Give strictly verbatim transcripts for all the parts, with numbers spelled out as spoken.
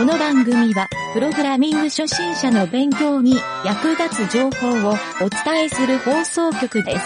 の番組は、プログラミング初心者の勉強に役立つ情報をお伝えする放送局です。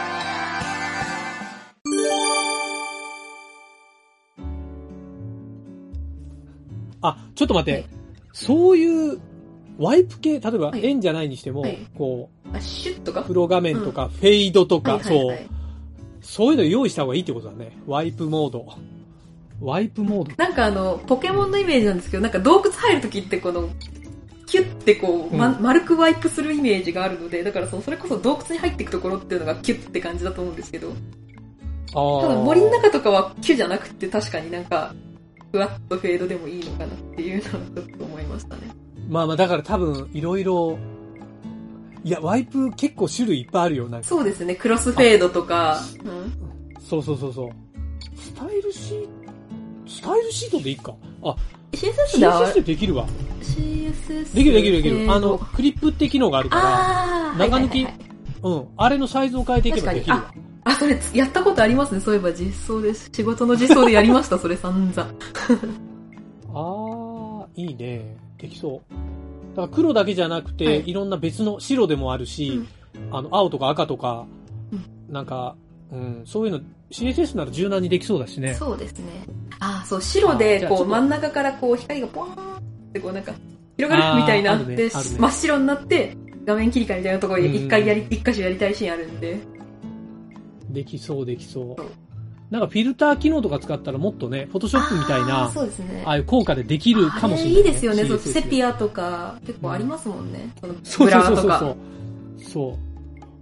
あ、ちょっと待って。はい、そういうワイプ系、例えば円じゃないにしても、はい、こう、 あ、シュッとかプロ画面とか、うん、フェイドとか、 はいはいはい、 そう。そういうの用意した方がいいってことだね。ワイプモード。ワイプモード。 なんかあの、ポケモンのイメージなんですけど、なんか洞窟入るときってこの、キュッてこう、ま、 うん、 丸くワイプするイメージがあるので、だからそのそれこそ洞窟に入っていくところっていうのがキュッて感じだと思うんですけど。 あただ森の中とかはキュじゃなくて確かになんか、ふわっとフェードでもいいのかなっていうのはちょっと思いましたね。まあまあだから多分いろいろ、いや、ワイプ結構種類いっぱいあるよ。なんかそうですね、クロスフェードとか。うん、 そうそうそうそう。スタイルシート、スタイルシートでいいか。あ、 シーエスエス ではシーエスエス でできるわ。 シーエスエスできるできるできる。あの、クリップって機能があるから、中抜き、はいはいはいはい、うん。あれのサイズを変えていけばできるわ。 あ、それ、やったことありますね。そういえば実装です。仕事の実装でやりました、それ散々。 あー、いいね。できそう。だから黒だけじゃなくて、はい、いろんな別の白でもあるし、うん、あの、青とか赤とか、うん、なんか、うん、そういうの、シーエスエス なら柔軟にできそうだしね。 そうですね。あ、そう、白で、こう、真ん中からこう、光がポーンってこう、なんか、広がるみたいになって、ねね、真っ白になって、画面切り替えみたいなところで一回やり、一箇所やりたいシーンあるんで。 できそうできそう。なんかフィルター機能とか使ったらもっとね、フォトショップみたいな、あ、 そうですね、 ああいう効果でできるかもしれない、ね。 いいですよね、そう、セピアとか結構ありますもんね。うん、そのブラウザとか。 そうそうそうそう。そう。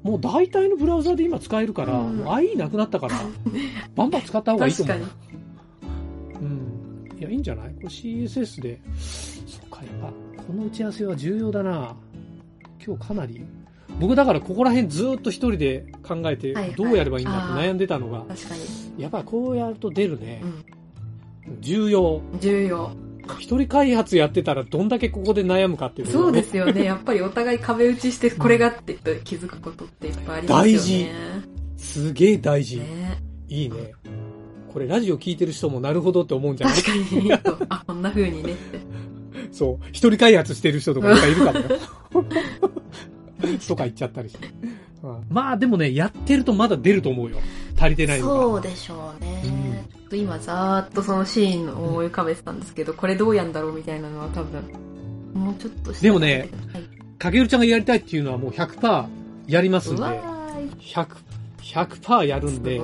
もう大体のブラウザで今使えるから、うん、アイイー なくなったから、バンバン使った方がいいと思う。確かに。うん。いや、いいんじゃない？これ シーエスエス で、そうか、やっぱ、この打ち合わせは重要だな。今日かなり、僕だからここら辺ずっと一人で考えてどうやればいいんだって悩んでたのが、はいはい、確かにやっぱりこうやると出るね、うん、重要重要一人開発やってたらどんだけここで悩むかっていう、 ね、そうですよね。やっぱりお互い壁打ちしてこれがって気づくことっていっぱいありますよね。大事、 すげえ大事、ね、いいね。これラジオ聞いてる人もなるほどって思うんじゃない？ 確かにあ、こんな風にねってそう、一人開発してる人とかいるかもよとか言っちゃったりして、うん、まあでもね、やってるとまだ出ると思うよ。足りてないのが。 そうでしょうね、うん、今ざーっとそのシーンを思い浮かべてたんですけど、これどうやんだろうみたいなのは多分もうちょっとして。 でもね、はい、かげるちゃんがやりたいっていうのはもう ひゃくパーセント やりますんで、ひゃく、ひゃくパーセント やるんで、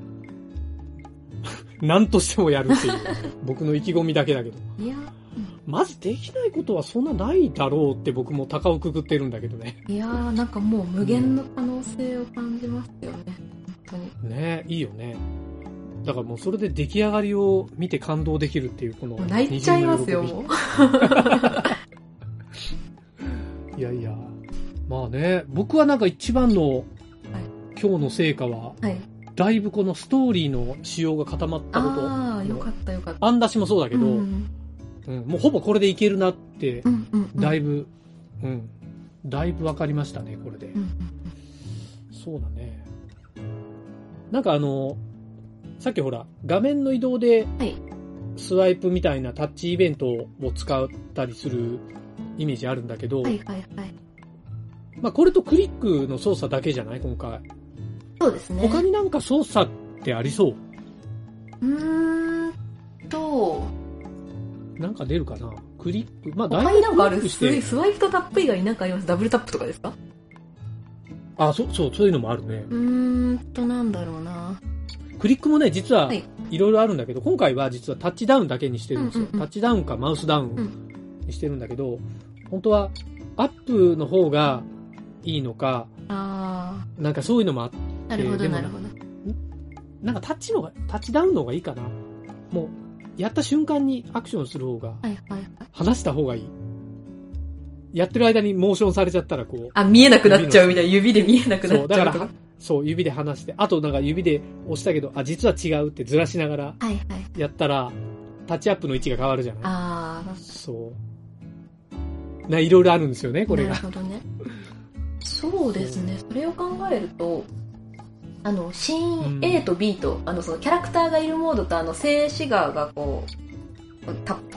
何としてもやるっていう僕の意気込みだけだけど、いや、まずできないことはそんなないだろうって僕も高をくくってるんだけどね。 いやー、なんかもう無限の可能性を感じますよね、本当に。 ね、いいよね。だからもうそれで出来上がりを見て感動できるっていうこの泣いちゃいますよもういやいや、まあね、僕はなんか一番の、はい、今日の成果は、はい、だいぶこのストーリーの仕様が固まったこと。 ああ、よかったよかった。 案出しもそうだけど、うんうん、もうほぼこれでいけるなって、うんうんうん、だいぶ、うん、だいぶ分かりましたね、これで。うんうん、そうだね。なんかあの、さっきほら、画面の移動で、スワイプみたいなタッチイベントを使ったりするイメージあるんだけど、はいはいはい、まあこれとクリックの操作だけじゃない？今回。 そうですね。 他になんか操作ってありそう？ うーんと、 なんか出るかな？クリック、まあ大体なんかある。スワイプとタップ以外になんかあります？ダブルタップとかですか？ あ、そう、そう、そういうのもあるね。 うーんと、なんだろうな。 クリックもね、実はいろいろあるんだけど、はい、今回は実はタッチダウンだけにしてるんですよ。うんうんうん、タッチダウンかマウスダウンにしてるんだけど、うん、本当はアップの方がいいのか、あ、なんかそういうのもあって、 なるほどなるほど。 なんかタッチのが、タッチダウンの方がいいかな。もう、やった瞬間にアクションする方が、はいはいはい、離した方がいい。やってる間にモーションされちゃったらこう。 あ、見えなくなっちゃうみたいな。指で見えなくなっちゃう。そう、だから、 そう、指で離して。あとなんか指で押したけど、あ、実は違うってずらしながら、やったら、はいはい、タッチアップの位置が変わるじゃない？ああ。そう。な、いろいろあるんですよね、これが。 なるほどね。そうですね。それを考えると、あの、シーン A と B と、うん、あの、そのキャラクターがいるモードと、あの、静止画がこう、タッ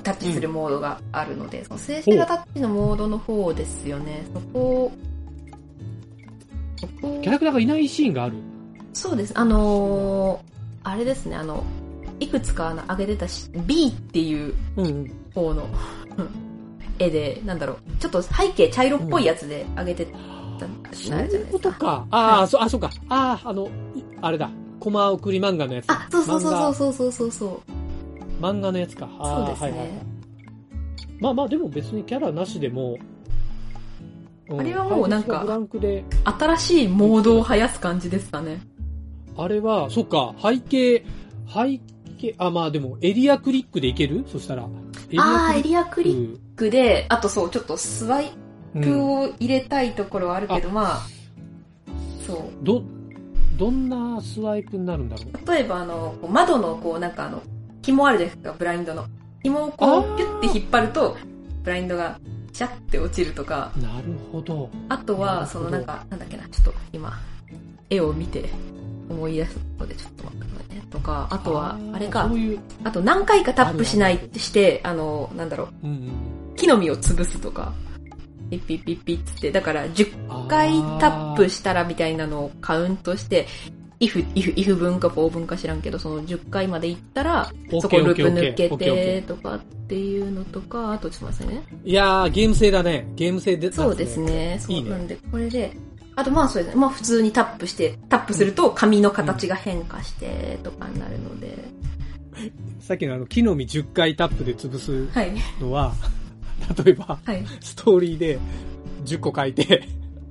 タッチするモードがあるので、うん、その静止画タッチのモードの方ですよね。そこ、 そこ。キャラクターがいないシーンがある？ そうです。あのー、あれですね、あの、いくつかあの上げてたし、B っていう方の、うんうん、絵で、なんだろう、ちょっと背景茶色っぽいやつで上げてた、 うん、そういうことか。ああ、はい、そ、あ、そうか。ああ、あの、あれだ。コマ送り漫画のやつ。 あ、そうそうそうそうそうそうそう。 漫画のやつか。 そうですね。はいはい、 まあまあ、でも別にキャラなしでも、 うん、あれはもうなんか、新しいモードを生やす感じですかね。 あれは、そっか、背景、背景、あ、まあでも、エリアクリックでいける？そしたら。 ああ、エリアクリックで、あとそう、ちょっとスワイプを入れたいところはあるけど、うん、まあ、そう。 ど、どんなスワイプになるんだろう？例えば、あの、窓の、こう、なんかあの、紐あるじゃないですか、ブラインドの。紐をこう、ピュッて引っ張ると、ブラインドが、シャッて落ちるとか。 なるほど。 あとは、そのなんか、なんだっけな、ちょっと今、絵を見て、思い出すのでちょっと待ってくださいね。とか、あとは、あれか、 そういうあと何回かタップしないってして、あの、なんだろう、うんうん、木の実を潰すとか、ピッピッピッピッつって、だからじゅっかいタップしたらみたいなのをカウントして、if, if, if 分か for 分か知らんけど、そのじゅっかいまで行ったら、そこループ抜けてとかっていうのとか、あとちょっと待ってね。 いやー、ゲーム性だね。ゲーム性で、ね。 そうですね。そうなんで、いいね、これで、あとまあそうですね。まあ普通にタップして、タップすると紙の形が変化してとかになるので。 うん、さっきのあの木の実じゅっかいタップで潰すのは、はい、例えば、はい、ストーリーでじゅっこ書いて、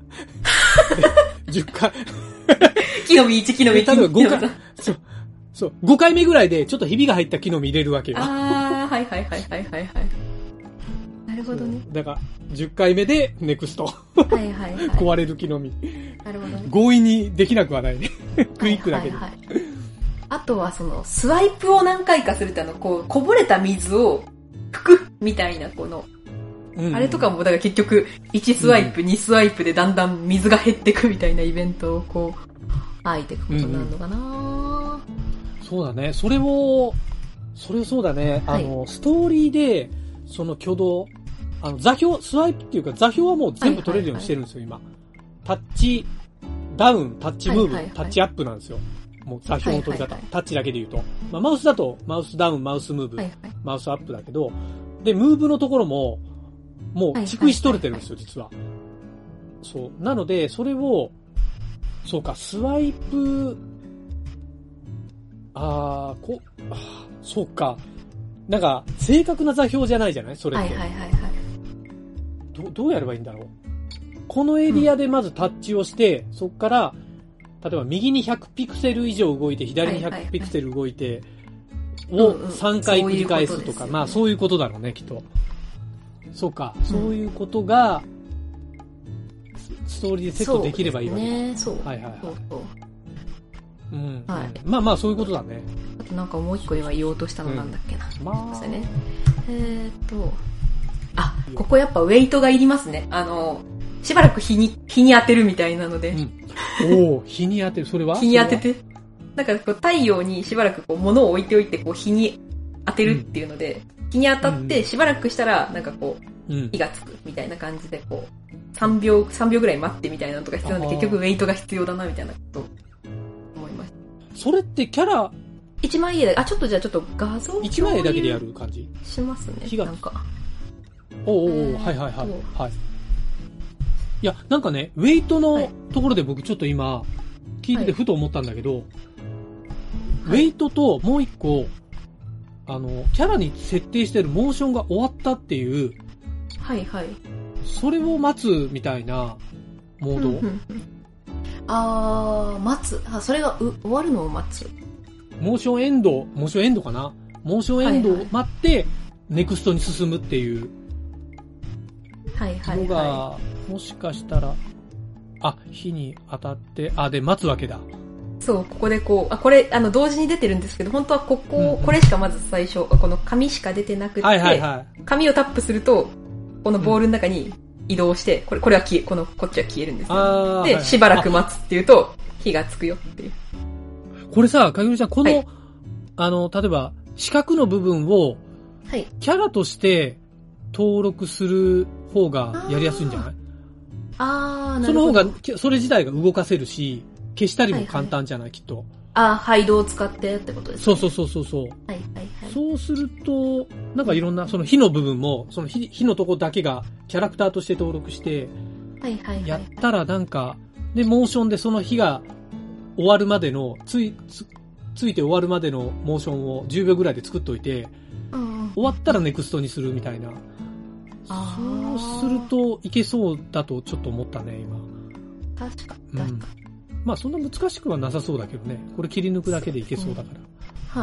じゅっかい、 木の実いち、木の実いち。 例えばごかい、そう、そう、ごかいめぐらいでちょっとひびが入った木の実入れるわけよ。 ああ、はいはいはいはいはいはい。なるほどね。 だから、じゅっかいめでネクスト。 はいはいはい。 壊れる木の実。 なるほどね。 強引にできなくはないね。クイックだけで。はいはいはい、 あとはその、スワイプを何回かするってあの、こう、こぼれた水を拭くみたいな、この、うんうん、あれとかも、だから結局、いちスワイプ、うん、にスワイプでだんだん水が減ってくみたいなイベントをこう、あいていくことになるのかな、うんうん、 そうだね。それを、それそうだね。はい、あの、ストーリーで、その挙動、あの、座標、スワイプっていうか座標はもう全部取れるようにしてるんですよ、はいはいはい、今。タッチダウン、タッチムーブ、はいはいはい、タッチアップなんですよ。もう座標の取り方、はいはいはい、タッチだけで言うと。まあ、マウスだと、マウスダウン、マウスムーブ、はいはい、マウスアップだけど、で、ムーブのところも、もう、逐一取れてるんですよ、実は。そう。なので、それを、そうか、スワイプ、あー、こ、あー、そうか。なんか、正確な座標じゃないじゃないそれって。 はいはいはいはい。 ど、どうやればいいんだろう。このエリアでまずタッチをして、うん、そこから、例えば右にひゃくピクセル以上動いて、左にひゃくピクセル動いて、をさんかい繰り返すとか、まあそういうことだろうね、きっと。そうか、うん、そういうことが、ストーリーでセットできればいいわけだ。そうですね、そう。はいはいはい。そうそう。うん、はい。まあまあそういうことだね。 あとなんかもう一個今言おうとしたのなんだっけな。うん、まあ。ね、えーっと、あ、ここやっぱウェイトがいりますね。あの、しばらく日に、日に当てるみたいなので。 うん、おー、日に当てる。それは日に当てて。なんかこう太陽にしばらくこう物を置いておいてこう日に当てるっていうので、うん、日に当たってしばらくしたらなんかこう、うん、火がつくみたいな感じでこう、さんびょう、さんびょうぐらい待ってみたいなのとか必要なんで結局ウェイトが必要だなみたいなこと思いました。 それってキャラ、 一枚絵だけ、あ、ちょっとじゃあちょっと画像一枚絵だけでやる感じしますね。 火がなんか。 おうおう、はいはいはい。はい。いや、なんかね、ウェイトのところで僕ちょっと今、聞いててふと思ったんだけど、はい、ウェイトともう一個、あの、キャラに設定してるモーションが終わったっていう、 はいはい。 それを待つみたいなモード、うんうんうん、 あー、待つ。あ、それがう終わるのを待つ。 モーションエンド、モーションエンドかなモーションエンドを待って、はいはい、ネクストに進むっていうはいはいのが、はい、もしかしたら、あ、火に当たって、あ、で、待つわけだ。 そう、ここでこう、あ、これ、あの、同時に出てるんですけど、本当はここ、うんうん、これしかまず最初、この紙しか出てなくて、はいはいはい、紙をタップすると、このボールの中に移動して、これ、これは消え、この、こっちは消えるんですよ。で、はいはい、しばらく待つっていうと、火がつくよっていう。 これさ、かぐみちゃん、この、はい、あの、例えば、四角の部分を、 はい。 キャラとして登録する方がやりやすいんじゃない？ あー、なるほど。 その方が、それ自体が動かせるし、消したりも簡単じゃない、はいはい、きっと。 あー、ハイドを使ってってことですね。 そうそうそうそう。はいはいはい。 そうすると、なんかいろんな、その火の部分も、その火、火のとこだけがキャラクターとして登録して、 はいはいはい。 やったらなんか、で、モーションでその火が終わるまでの、つい、つ、ついて終わるまでのモーションをじゅうびょうぐらいで作っといて、うんうん、終わったらネクストにするみたいな。そうするといけそうだとちょっと思ったね、今。 確かに、確かに。 うん、まあそんな難しくはなさそうだけどね。これ切り抜くだけでいけそうだから。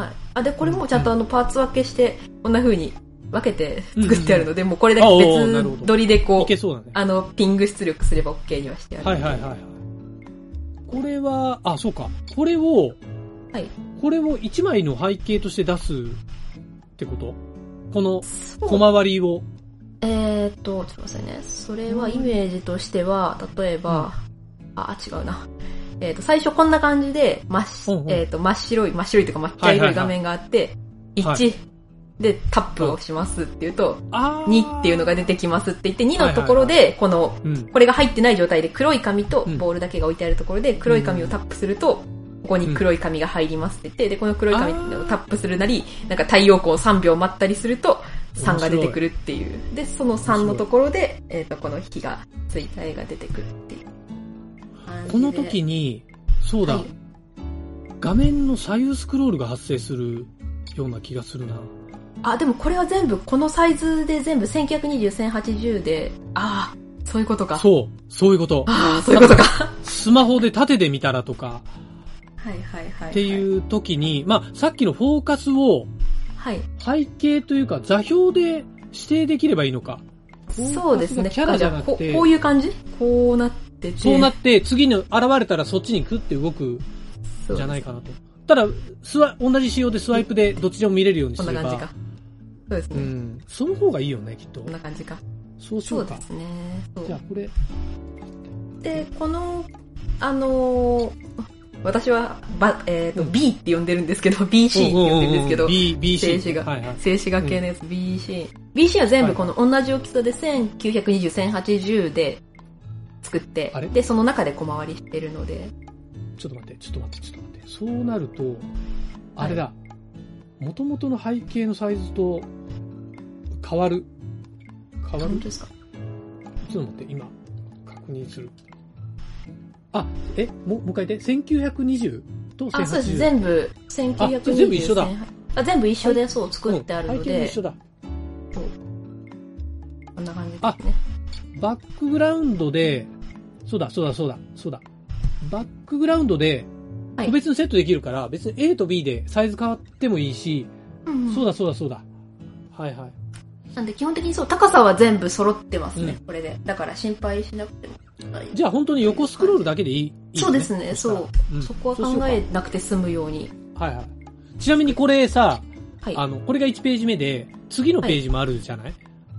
はい。あ、で、これもちゃんとあのパーツ分けして、こんな風に分けて作ってあるので、うんうん、もうこれだけ別撮りでこう、いけそうだね、あの、ピング出力すれば OK にはしてある。 はいはいはいはい。これは、あ、そうか。これを、 はい。 これをいちまいの背景として出すってこと？この小回りを。 えーっと、ちょっと待ってくださいね。それはイメージとしては、例えば、うん、あ、違うな。えーっと、最初こんな感じで、真っ、うんうん、えーっと、真っ白い、真っ白いというか真っ茶色い画面があって、はいはいはい、いちでタップをしますっていうと、にっていうのが出てきますって言って、にのところで、この、これが入ってない状態で黒い紙とボールだけが置いてあるところで、黒い紙をタップすると、ここに黒い紙が入りますって言って、で、この黒い紙をタップするなり、なんか太陽光をさんびょう待ったりすると、さんが出てくるっていう。で、そのさんのところで、えっと、この火がついた絵が出てくるっていう。 この時に、そうだ、はい、画面の左右スクロールが発生するような気がするな。 あ、でもこれは全部、このサイズで全部せんきゅうひゃくにじゅう、せんはちじゅうで、ああ、そういうことか。 そう、そういうこと。 ああ、そういうことか。 スマホで縦で見たらとか、 はいはいはい、はい。 っていう時に、まあ、さっきのフォーカスを、 はい。 背景というか座標で指定できればいいのか。 そうですね。 キャラじゃなくて。 こういう感じ？こうなってて。 そうなって、次に現れたらそっちにクッて動くじゃないかなと。ただ、スワ、同じ仕様でスワイプでどっちでも見れるようにすれば。 こんな感じか。そうですね。 うん。その方がいいよね、きっと。 こんな感じか。 そうしようか。 そうですね。 じゃあ、これ。 で、この、あのー、私は、ば、えっ、ー、と、うん、B って呼んでるんですけど、ビーシー って呼んでるんですけど、 うんうんうん、B、ビーシー。 静止画、 はいはい、 静止画系のやつ、うん、ビーシー。ビーシー は全部この同じ大きさでせんきゅうひゃくにじゅう、せんはちじゅうで作って、で、その中で小回りしてるので。 ちょっと待って、ちょっと待って、ちょっと待って。そうなると、あれだ。元々の背景のサイズと変わる。変わる？ 本当ですか？ ちょっと待って、今、確認する。あ、え、もう、もう一回でせんきゅうひゃくにじゅうとせんはちじゅう。あ、そうです。 全部、せんきゅうひゃくにじゅう。 全部一緒だ。 あ、全部一緒で、そう、作ってあるので。 背景も一緒だ。 そう。こんな感じですね。 あ、バックグラウンドで、そうだ、そうだ、そうだ、そうだ。バックグラウンドで、個別にセットできるから、はい、別に A と B でサイズ変わってもいいし、うんうん、そうだ、そうだ、そうだ。はいはい。 なんで基本的にそう、高さは全部揃ってますね、うん、これで。だから心配しなくても。 じゃあ本当に横スクロールだけでいい、いいね、 そうですね、そう、うん。そこは考えなくて済むように。 はいはい。ちなみにこれさ、はい、あの、これがいちページ目で、次のページもあるじゃない？はい、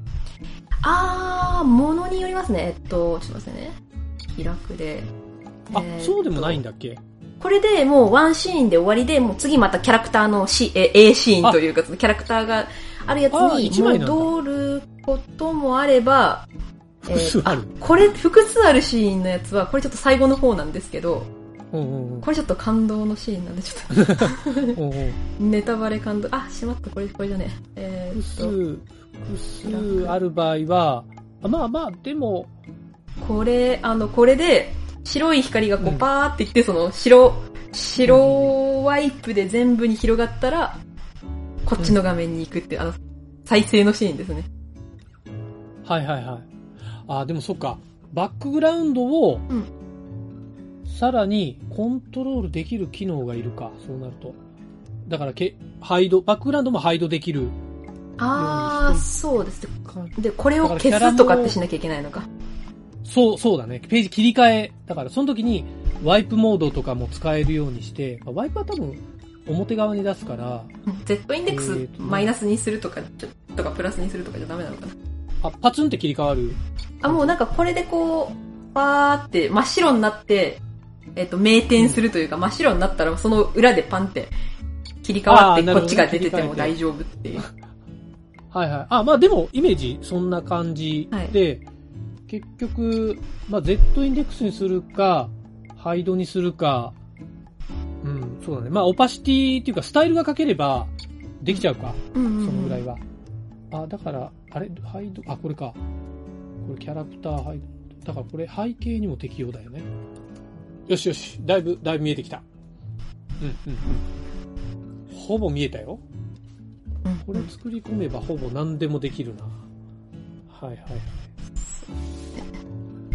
あー、ものによりますね。えっと、ちょっと待ってね。開くで。 あ、えー、そうでもないんだっけ？ これでもうワンシーンで終わりで、もう次またキャラクターの C、え A シーンというか、キャラクターがあるやつに戻ることもあれば、 複数ある、 えー、これ複数あるシーンのやつは、これちょっと最後の方なんですけど、 うんうんうん、 これちょっと感動のシーンなんで、ちょっとうん、うん、ネタバレ感動、あ、しまった、これ、これだね。えー、 複数、複数ある場合は、まあまあ、でも、 これ、あの、これで、白い光がこうパーっていって、うん、その白、白ワイプで全部に広がったら、こっちの画面に行くっていう、あの、再生のシーンですね。 はいはいはい。あ、でもそっか。バックグラウンドを、うん、さらにコントロールできる機能がいるか、そうなると。だからけ、ハイド、バックグラウンドもハイドできる。 ああ、そうです。で、これを消すとかってしなきゃいけないのか。 そう、そうだね。ページ切り替え。だから、その時に、ワイプモードとかも使えるようにして、ワイプは多分、表側に出すから。 Z インデックスマイナスにするとか、ちょとかプラスにするとかじゃダメなのかな。 あ、パツンって切り替わる。 あ、もうなんかこれでこう、パーって真っ白になって、えっと、明転するというか、うん、真っ白になったら、その裏でパンって切り替わって、こっちが出てても大丈夫っていう。 はいはい。あ、まあでも、イメージ、そんな感じで、はい、結局、まあ Z インデックスにするか、ハイドにするか、うん、そうだね。まあ、オパシティっていうか、スタイルが書ければ、できちゃうか。うんうんうん、そのぐらいは。あ、だから、あれハイド、あ、これか。これキャラクターハイド。だからこれ背景にも適用だよね。よしよし。だいぶ、だいぶ見えてきた。うんうんうん。ほぼ見えたよ。これ作り込めばほぼ何でもできるな。はいはいはい。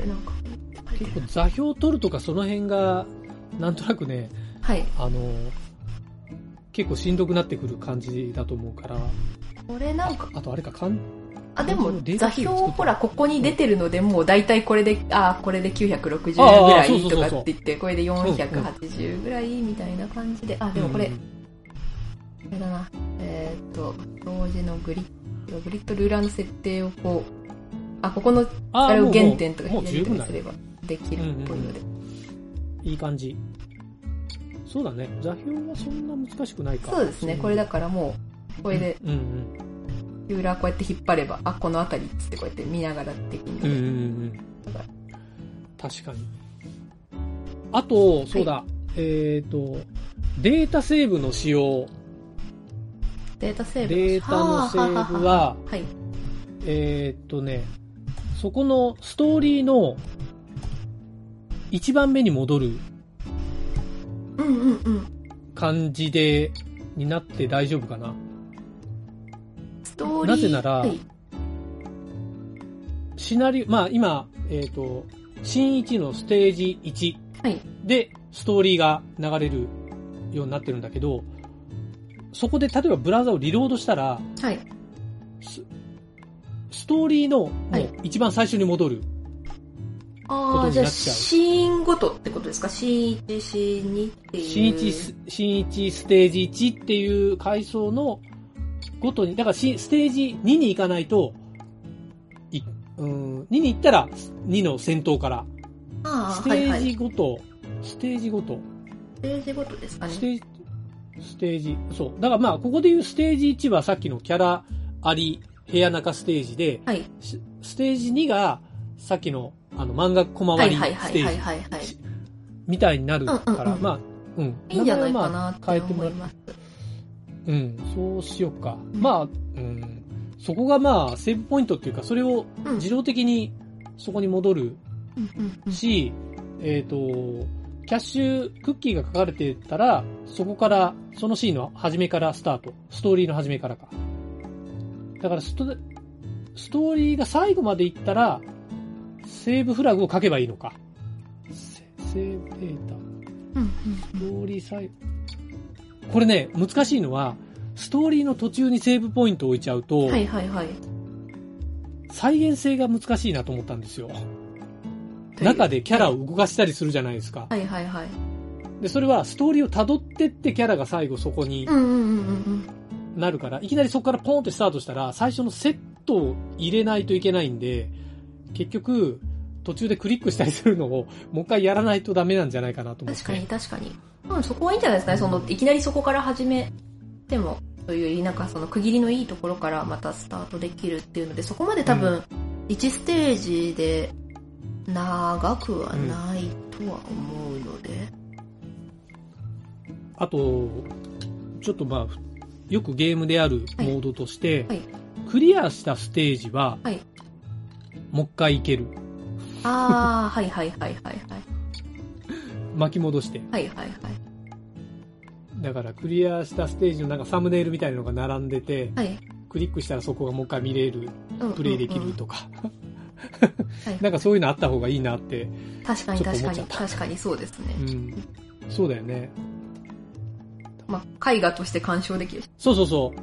なんか結構座標取るとかその辺が、なんとなくね、 はい。 あの、結構しんどくなってくる感じだと思うから。 これなんか。 あ, あとあれか、かんあ、でも、座標ほら、ここに出てるので、もう大体これで、あ、これできゅうひゃくろくじゅうぐらいとかって言って、これでよんひゃくはちじゅうぐらいみたいな感じで、あ、でもこれ、これだな、えーっと、同時のグリッド、グリッドルーラーの設定をこう、あ、ここの、あれを原点とか左手にすればできるっぽいので。 いい感じ。そうだね。座標はそんな難しくないか。 そうですね。これだからもう、これで、 うんうん、 ルーラーこうやって引っ張れば、あ、この辺りっつってこうやって見ながらできるので。 うんうんうん、確かに。あと、そうだ、はい、えっ、ー、と、データセーブの仕様。 データセーブデータのセーブは、はい、えっ、ー、とね、そこのストーリーの一番目に戻る感じで、になって大丈夫かな。 ストーリーなぜなら、 はい、 シナリオ、まあ今、えっ、ー、と、新いちのステージいちでストーリーが流れるようになってるんだけど、そこで例えばブラウザをリロードしたら、 はい、 ス, ストーリーのもう一番最初に戻ることになっちゃう。ああ、じゃあシーンごとってことですか？シーンいち、シーンにっていう。 シーンいち、シーンいちステージいちっていう階層のごとに、だからステージにに行かないと、いうん、にに行ったらにの先頭から、 あステージごと、はいはい、ステージごと。 ステージごとですかね。 ステージ、ステージ、そう。だからまあ、ここでいうステージいちはさっきのキャラあり、部屋中ステージで、 はい、 ステージにがさっきのあの漫画小回りステージみたいになるから、うんうんうん、まあ、うん。 いいんじゃないかなって思います。 うん、そうしようか。うん、まあ、うん、そこがまあ、セーブポイントっていうか、それを自動的にそこに戻るし、うんうんうん、えっと、キャッシュクッキーが書かれてたら、そこから、そのシーンの初めからスタート。ストーリーの初めからか。だからスト、ストーリーが最後まで行ったら、セーブフラグを書けばいいのか。セ, セーブデータ。 うんうん、 ストーリー最後。これね、難しいのは、ストーリーの途中にセーブポイントを置いちゃうと、 はいはいはい。 再現性が難しいなと思ったんですよ。中でキャラを動かしたりするじゃないですか。 はいはいはい。 で、それはストーリーを辿ってってキャラが最後そこになるから、いきなりそこからポンってスタートしたら、最初のセットを入れないといけないんで、結局、途中でクリックしたりするのをもう一回やらないとダメなんじゃないかなと思って。 確かに確かに。うん、そこはいいんじゃないですかね。その、いきなりそこから始めても、というより、なんかその区切りのいいところからまたスタートできるっていうので、そこまで多分、いちステージで長くはないとは思うので。 うん、あと、ちょっとまあ、よくゲームであるモードとして、はいはい、クリアしたステージは、はい、もう一回いける。 ああ、はいはいはいはいはい。 巻き戻して。 はいはいはい。 だからクリアしたステージのなんかサムネイルみたいなのが並んでて、はい、クリックしたらそこがもう一回見れる、うん、プレイできるとか、うんうんうん、なんかそういうのあった方がいいなって。 確かに確かに確かにそうですね。 うん、そうだよね。 まあ絵画として鑑賞できる。 そうそうそう。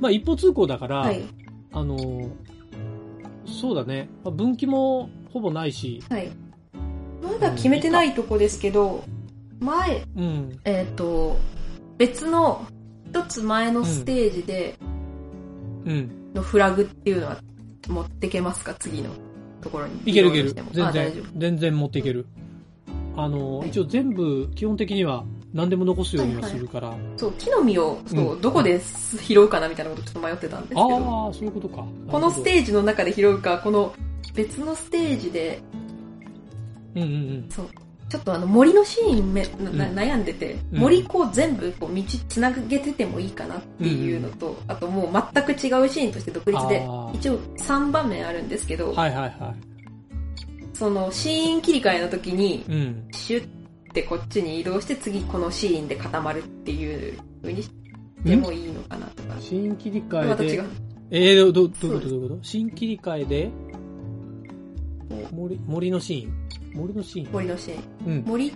まあ一方通行だから、はい、あのそうだね。まあ、分岐もほぼないし。 はい。まだ決めてないとこですけど、前、 うん、 えっ、ー、と、別の一つ前のステージで、 うん。 のフラグっていうのは持ってけますか？次のところに。 いけるいける。全然、全然持っていける。あの、はい、一応全部基本的には何でも残すようにはするから。はいはい、 そう、木の実を、そう、うん、どこで拾うかなみたいなことちょっと迷ってたんですけど。 ああ、そういうことか。 このステージの中で拾うか、この別のステージで、 うんうんうん。 そう。ちょっとあの森のシーンめ、な悩んでて、うん、森こう全部こう道つなげててもいいかなっていうのと、うん、あともう全く違うシーンとして独立で、一応さんばんめあるんですけど、 はいはいはい。 そのシーン切り替えの時に、 うん、 シュッてこっちに移動して次このシーンで固まるっていう風にしてもいいのかなとか。 シーン切り替えで。 また違う。 えー、ど、どういうことどういうことシーン切り替えで、森、森のシーン森のシーン森のシーン。うん、森って、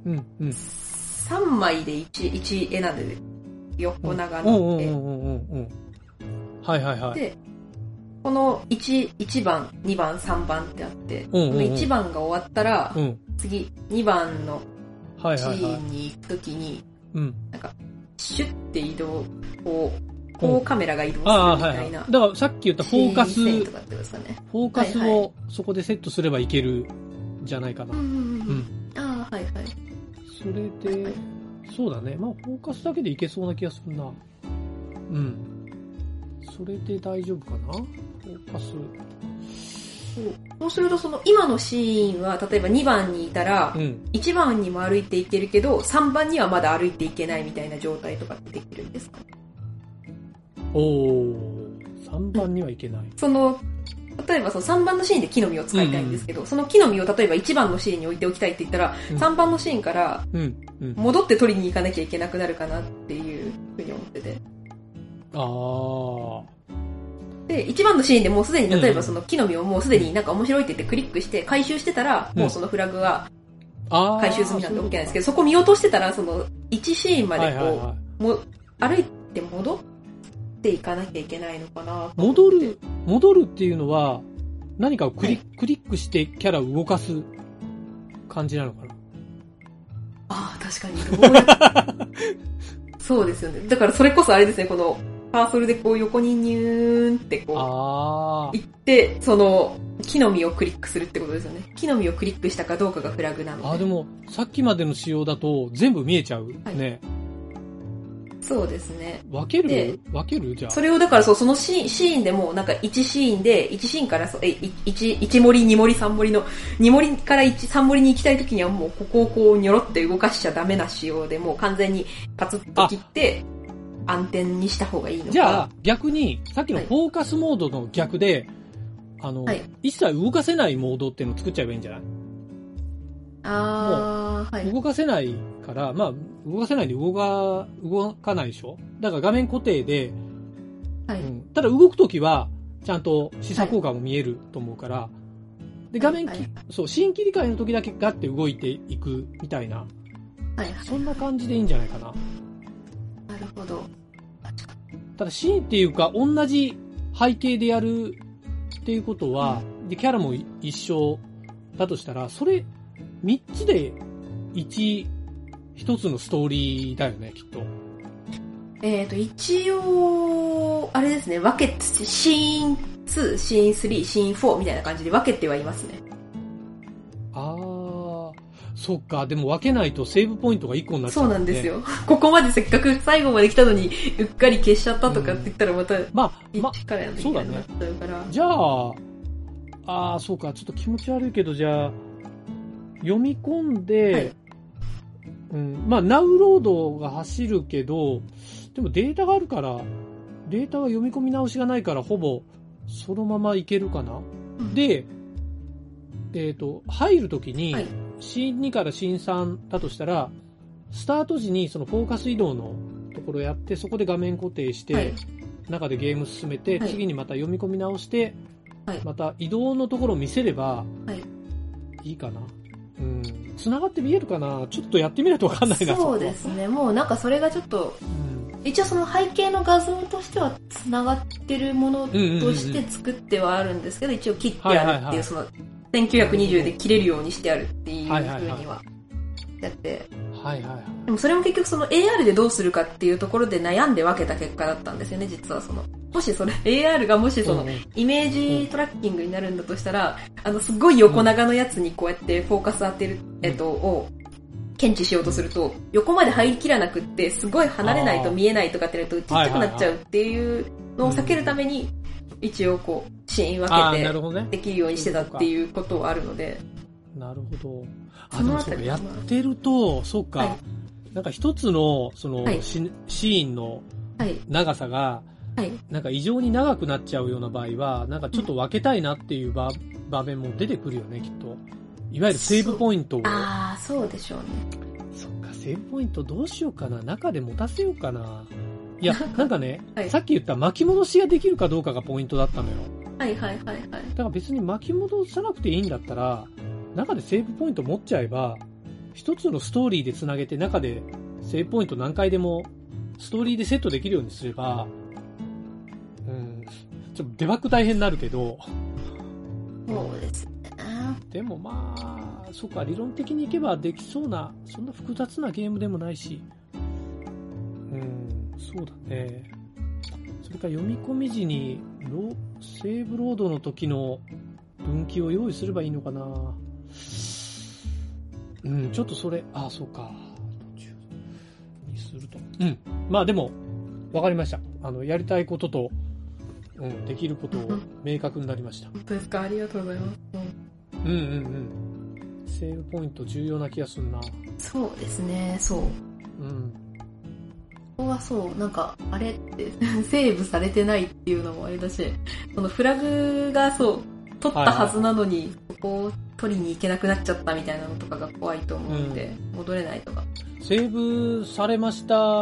うんうん、 さんまいで 1, 1絵なんで、横長の絵。 はいはいはい。 で、この 1, いちばん、にばん、さんばんってあって、 うんうんうん、 いちばんが終わったら、 うん、 次にばんのシーンに行くときに、なんか、シュッて移動、こう、こうカメラが移動するみたいな。 ああ、はいはい。だからさっき言ったフォーカス、 とかってことですかね、 フォーカスをそこでセットすればいけるじゃないかな。 うんうんうん。ああ、はいはい。 それで、はいはい、そうだね。まあ、フォーカスだけでいけそうな気がするな。うん。それで大丈夫かな？フォーカス。 そう。そうすると、その、今のシーンは、例えばにばんにいたら、うん、いちばんにも歩いていけるけど、さんばんにはまだ歩いていけないみたいな状態とかってできるんですか？ おー、さんばんにはいけない。 その、例えばそのさんばんのシーンで木の実を使いたいんですけど、うんうん、その木の実を例えばいちばんのシーンに置いておきたいって言ったら、うん、さんばんのシーンから戻って取りに行かなきゃいけなくなるかなっていうふうに思ってて。 あー。 で、いちばんのシーンでもうすでに例えばその木の実をもうすでになんか面白いって言ってクリックして回収してたら、もうそのフラグは回収済みなんで OK なんですけど、そこ見落としてたらそのいちシーンまでこう、はいはいはい、も歩いて戻っていかなきゃいけないのかな。 戻る、戻るっていうのは、何かをクリ,、はい、クリックしてキャラを動かす感じなのかな。 ああ、確かに。どうやそうですよね。だからそれこそあれですね、このカーソルでこう横にニューンってこう、行って、その木の実をクリックするってことですよね。木の実をクリックしたかどうかがフラグなので。 あ、でも、さっきまでの仕様だと全部見えちゃうね。はい、 そうですね。 分ける分けるじゃあ。 それをだからそう、そのシーン、シーンでもなんかいちシーンで、いちシーンからそう、え、いち、いち森、に森、さん森の、に森からいち、さん森に行きたいときにはもうここをこうニョロって動かしちゃダメな仕様でもう完全にパツッと切って、暗転にした方がいいのか。 じゃあ逆に、さっきのフォーカスモードの逆で、はい、あの、はい、一切動かせないモードっていうのを作っちゃえばいいんじゃない？ ああ、はい。 動かせないから、まあ、動かせないんで動か、動かないでしょ？だから画面固定で、 はい。 うん、ただ動くときは、ちゃんと視差効果も見えると思うから、はい、で、画面、はいはい、そう、シーン切り替えの時だけガッて動いていくみたいな、 はい、 そんな感じでいいんじゃないかな。 なるほど。 ただシーンっていうか、同じ背景でやるっていうことは、うん、で、キャラも一緒だとしたら、それ、三つで一、一つのストーリーだよね、きっと。 えっと、一応、あれですね、分けて、シーンツー、シーンスリー、シーンフォーみたいな感じで分けてはいますね。 あー、そっか、でも分けないとセーブポイントが一個になっちゃう、ね。 そうなんですよ。ここまでせっかく最後まで来たのに、うっかり消しちゃったとかって言ったらまた、うん、 まあ、まあ、からやんなきゃいけなくなっちゃうから。 じゃあ、あー、そうか、ちょっと気持ち悪いけど、じゃあ、読み込んで、はい、うん、まあ、ナウロードが走るけど、でもデータがあるから、データは読み込み直しがないから、ほぼそのままいけるかな。うん、で、えっと、入るときに、はい、シーンにからシーンさんだとしたら、スタート時にそのフォーカス移動のところやって、そこで画面固定して、はい、中でゲーム進めて、はい、次にまた読み込み直して、はい、また移動のところを見せれば、いいかな。うん、繋がって見えるかな？ちょっとやってみないとわかんないな。 そうですね。もうなんかそれがちょっと、うん、一応その背景の画像としては繋がってるものとして作ってはあるんですけど、うんうんうん、一応切ってあるっていう、そのせんきゅうひゃくにじゅうで切れるようにしてあるっていう風にはやって。 はいはいはい。 でもそれも結局その エーアール でどうするかっていうところで悩んで分けた結果だったんですよね、実はその。もしそれ、エーアール がもしその、イメージトラッキングになるんだとしたら、あの、すごい横長のやつにこうやってフォーカス当てる、えっと、を、 検知しようとすると、横まで入りきらなくって、すごい離れないと見えないとかってなると、ちっちゃくなっちゃうっていうのを避けるために、一応こう、シーン分けて、できるようにしてたっていうことはあるので。 なるほど。あ、でもそうか、やってると、そうか、はい、なんか一つの、その、はい、シーンの長さが、はい、なんか異常に長くなっちゃうような場合は、なんかちょっと分けたいなっていう場、場面も出てくるよね、きっと。いわゆるセーブポイントを。 ああ、そうでしょうね。 そっか、セーブポイントどうしようかな。中で持たせようかな。いや、なんかね、はい、さっき言った巻き戻しができるかどうかがポイントだったのよ。 はいはいはいはい。だから別に巻き戻さなくていいんだったら、中でセーブポイント持っちゃえば、一つのストーリーで繋げて中でセーブポイント何回でもストーリーでセットできるようにすれば、うん、ちょっとデバッグ大変になるけど。 そうですね。 でもまあ、そっか、理論的にいけばできそうな、そんな複雑なゲームでもないし、うん、そうだね。それから読み込み時にロセーブロードの時の分岐を用意すればいいのかな。うん、ちょっとそれ、あ、そうか。途中にすると。うん。まあでも、わかりました。あの、やりたいことと、うん、できることを明確になりました。 本当ですか？ありがとうございます。 うん、うんうんうん。セーブポイント重要な気がするな。 そうですね、そう。うん。ここはそう、なんか、あれって、セーブされてないっていうのもあれだし、そのフラグがそう、取ったはずなのに、はいはい、ここを取りに行けなくなっちゃったみたいなのとかが怖いと思うんで、うん、戻れないとか。 セーブされました、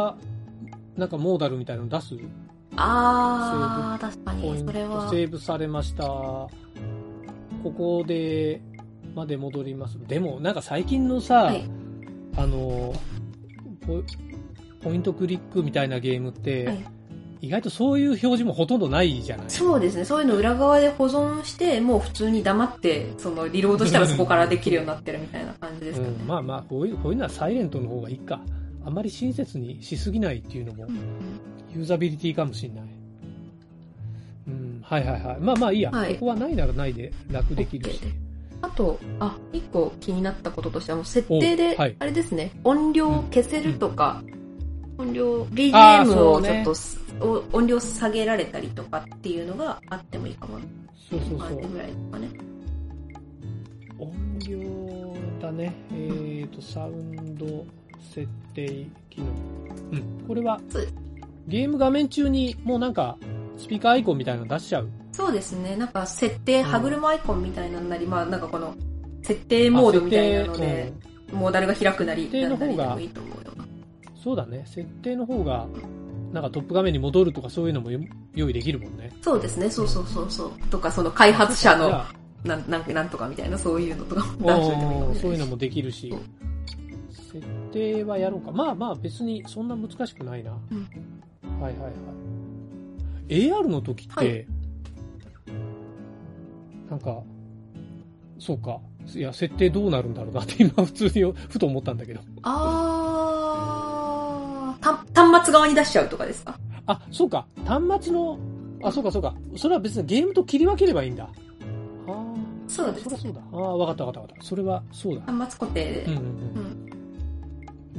なんかモーダルみたいなの出す？ あー、確かに。それは。 セーブされました。ここで、まで戻ります。でも、なんか最近のさ、はい、あのポ、ポイントクリックみたいなゲームって、はい、意外とそういう表示もほとんどないじゃない？ そうですね。そういうの裏側で保存して、もう普通に黙って、そのリロードしたらそこからできるようになってるみたいな感じですかね。うん、 まあまあ、こういう、こういうのはサイレントの方がいいか。あまり親切にしすぎないっていうのも、ユーザビリティかもしれない。うん、はいはいはい。まあまあいいや。はい、ここはないならないで楽できるし。 あと、あ、一個気になったこととしては、設定で、はい、あれですね、音量消せるとか、うん、音量、ビージーエム をちょっと、ね、音量下げられたりとかっていうのがあってもいいかも。 そうそうそう。 ぐらいとかね。 音量だね。えーと、サウンド設定機能。うん。これは、ゲーム画面中にもうなんか、スピーカーアイコンみたいなの出しちゃう？ そうですね。なんか設定、歯車アイコンみたいなのなり、うん、まあなんかこの設定モードみたいなので、うん、モーダルが開くなり、なんなりでもいいと思うよ。 そうだね。設定の方が、なんかトップ画面に戻るとかそういうのも用意できるもんね。 そうですね。そうそうそうそう。とかその開発者のなん、なん、なんとかみたいなそういうのとかも出しといてもいいかもしれない。 そういうのもできるし。設定はやろうか。まあまあ別にそんな難しくないな。うん、はいはいはい。エーアール の時って、はい、なんか、そうか。いや、設定どうなるんだろうなって今普通にふと思ったんだけど。 あー、た、端末側に出しちゃうとかですか？ あ、そうか。端末の、あ、そうかそうか。それは別にゲームと切り分ければいいんだ。あー。 そうです。 そりゃそうだ。あー、わかったわかったわかった。それは、そうだ。 端末固定で。 うんうんうん。うん、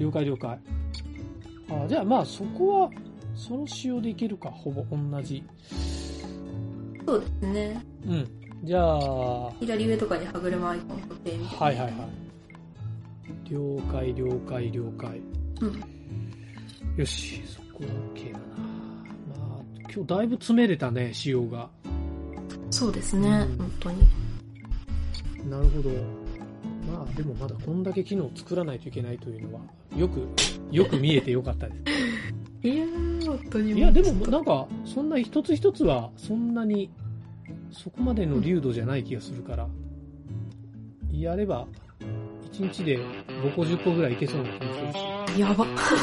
了解了解。あ、じゃあまあそこは、その仕様でいけるか、ほぼ同じ。 そうですね。 うん。じゃあ。 左上とかに歯車アイコン固定みたいな。 はいはいはい。了解了解了解。うん。よし、そこ OK だな。まあ、今日だいぶ詰めれたね、仕様が。 そうですね、うん、本当に。 なるほど。まあでもまだこんだけ機能を作らないといけないというのは、よく、よく見えてよかったです。 いやー、本当に。 いや、でもなんか、そんな一つ一つは、そんなに、そこまでの流度じゃない気がするから、うん、やれば、いちにちでごこじゅっこぐらいいけそうな気がするし。 やば。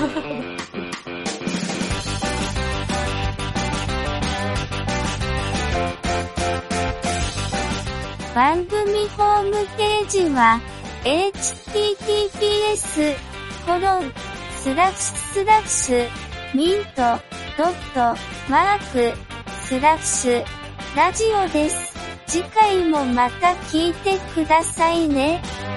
番組ホームページは、エイチティーティーピーエスコロンスラッシュスラッシュミントドットマークスラッシュラジオです。次回もまた聞いてくださいね。